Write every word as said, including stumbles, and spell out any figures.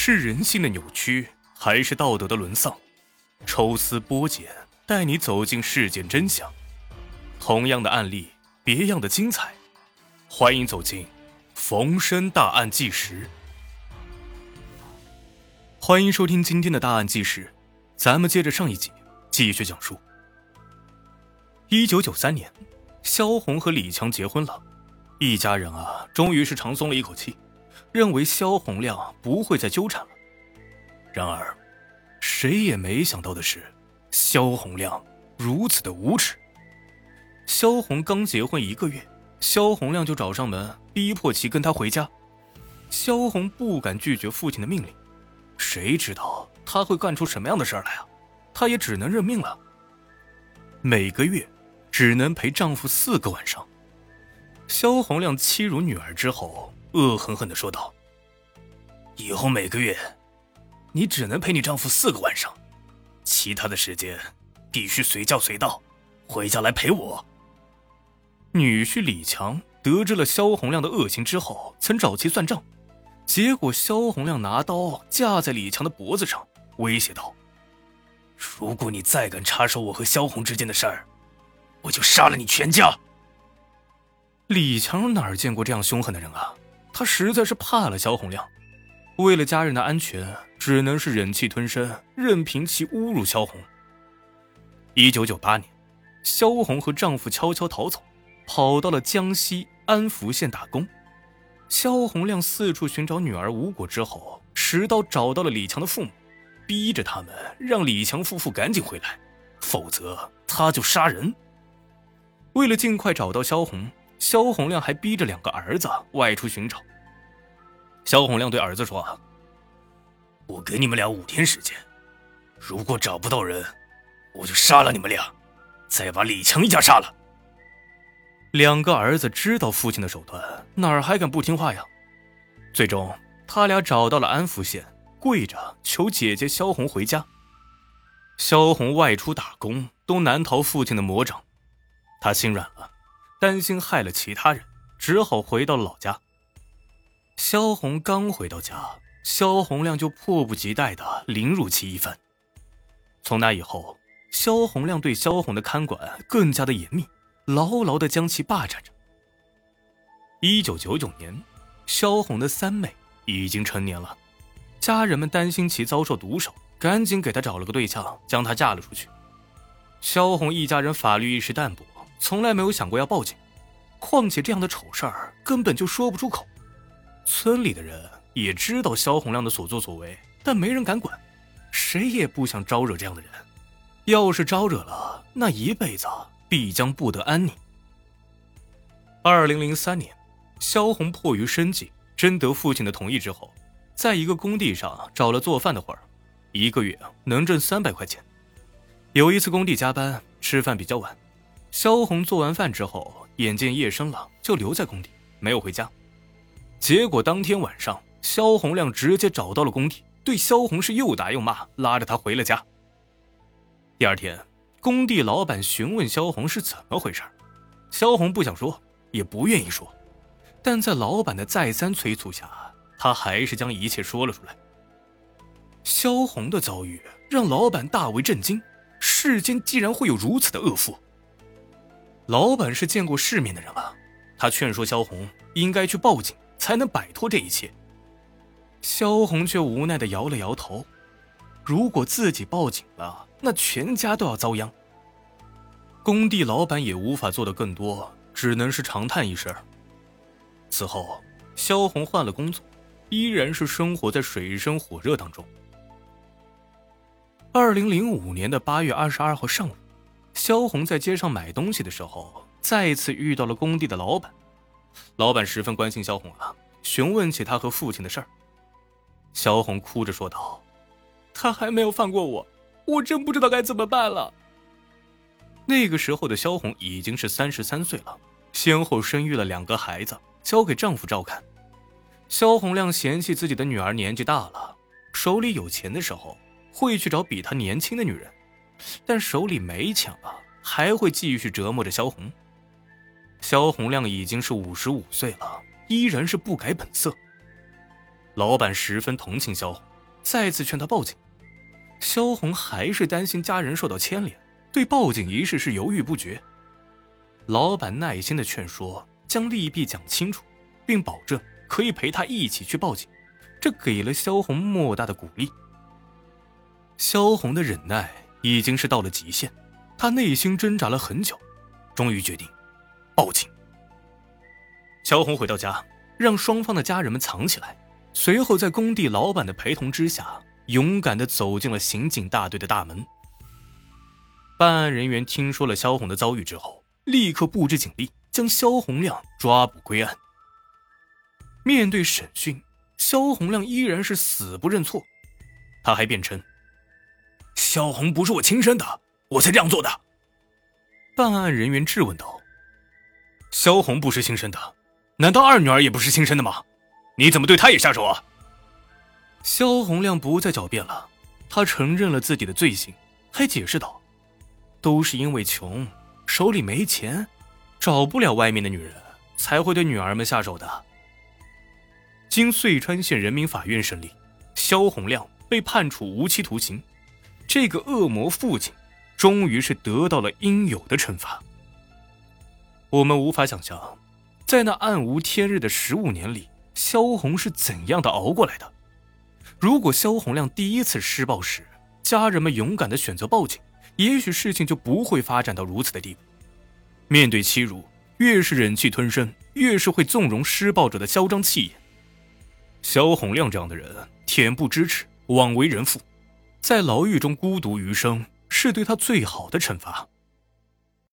是人性的扭曲，还是道德的沦丧？抽丝剥茧，带你走进事件真相。同样的案例，别样的精彩。欢迎走进冯生大案纪实。欢迎收听今天的大案纪实，咱们接着上一集继续讲述。一九九三年，萧红和李强结婚了，一家人啊，终于是长松了一口气，认为萧红亮不会再纠缠了。然而，谁也没想到的是，萧红亮如此的无耻。萧红刚结婚一个月，萧红亮就找上门，逼迫其跟他回家。萧红不敢拒绝父亲的命令，谁知道他会干出什么样的事来啊？他也只能认命了。每个月只能陪丈夫四个晚上。萧红亮欺辱女儿之后，恶狠狠地说道：以后每个月你只能陪你丈夫四个晚上，其他的时间必须随叫随到，回家来陪我。女婿李强得知了萧红亮的恶行之后，曾找其算账，结果萧红亮拿刀架在李强的脖子上，威胁道：如果你再敢插手我和萧红之间的事儿，我就杀了你全家。李强哪儿见过这样凶狠的人啊？他实在是怕了萧红亮，为了家人的安全，只能是忍气吞声，任凭其侮辱萧红。一九九八年，萧红和丈夫悄悄逃走，跑到了江西安福县打工。萧红亮四处寻找女儿无果之后，持刀找到了李强的父母，逼着他们让李强夫妇赶紧回来，否则他就杀人。为了尽快找到萧红，萧红亮还逼着两个儿子外出寻找。萧红亮对儿子说：我给你们俩五天时间，如果找不到人，我就杀了你们俩，再把李强一家杀了。两个儿子知道父亲的手段，哪儿还敢不听话呀？最终他俩找到了安福县，跪着求姐姐萧红回家。萧红外出打工都难逃父亲的魔掌，他心软了，担心害了其他人，只好回到了老家。萧红刚回到家，萧红亮就迫不及待地凌辱其一番。从那以后，萧红亮对萧红的看管更加的严密，牢牢地将其霸占着。一九九九年，萧红的三妹已经成年了，家人们担心其遭受毒手，赶紧给她找了个对象，将她嫁了出去。萧红一家人法律意识淡薄，从来没有想过要报警，况且这样的丑事儿根本就说不出口。村里的人也知道萧红亮的所作所为，但没人敢管，谁也不想招惹这样的人，要是招惹了，那一辈子必将不得安宁。二零零三年，萧红迫于生计，征得父亲的同意之后，在一个工地上找了做饭的活儿，一个月能挣三百块钱。有一次工地加班，吃饭比较晚，萧红做完饭之后，眼见夜深了，就留在工地，没有回家。结果当天晚上，萧红亮直接找到了工地，对萧红是又打又骂，拉着她回了家。第二天，工地老板询问萧红是怎么回事，萧红不想说，也不愿意说，但在老板的再三催促下，她还是将一切说了出来。萧红的遭遇让老板大为震惊，世间竟然会有如此的恶妇。老板是见过世面的人了，他劝说萧红应该去报警，才能摆脱这一切。萧红却无奈地摇了摇头，如果自己报警了，那全家都要遭殃。工地老板也无法做得更多，只能是长叹一声。此后，萧红换了工作，依然是生活在水深火热当中。二零零五年的八月二十二号上午，萧红在街上买东西的时候，再次遇到了工地的老板。老板十分关心萧红啊，询问起她和父亲的事儿。萧红哭着说道：他还没有放过我，我真不知道该怎么办了。那个时候的萧红已经是三十三岁了，先后生育了两个孩子，交给丈夫照看。萧红亮嫌弃自己的女儿年纪大了，手里有钱的时候会去找比她年轻的女人，但手里没钱了，还会继续折磨着萧红。萧红亮已经是五十五岁了，依然是不改本色。老板十分同情萧红， 再次劝他报警。萧红还是担心家人受到牵连，对报警一事是犹豫不决。老板耐心的劝说，将利弊讲清楚，并保证可以陪他一起去报警，这给了萧红莫大的鼓励。萧红的忍耐已经是到了极限，她内心挣扎了很久，终于决定报警。萧红回到家，让双方的家人们藏起来，随后在工地老板的陪同之下，勇敢地走进了刑警大队的大门。办案人员听说了萧红的遭遇之后，立刻布置警力，将萧红亮抓捕归案。面对审讯，萧红亮依然是死不认错，他还辩称萧红不是我亲生的，我才这样做的。办案人员质问道：萧红不是亲生的，难道二女儿也不是亲生的吗？你怎么对她也下手啊？萧红亮不再狡辩了，他承认了自己的罪行，还解释道：都是因为穷，手里没钱，找不了外面的女人，才会对女儿们下手的。经遂川县人民法院审理，萧红亮被判处无期徒刑，这个恶魔父亲终于是得到了应有的惩罚。我们无法想象，在那暗无天日的十五年里，萧红是怎样的熬过来的。如果萧红亮第一次施暴时，家人们勇敢地选择报警，也许事情就不会发展到如此的地步。面对欺辱，越是忍气吞声，越是会纵容施暴者的嚣张气焰。萧红亮这样的人，恬不知耻，枉为人父，在牢狱中孤独余生，是对他最好的惩罚。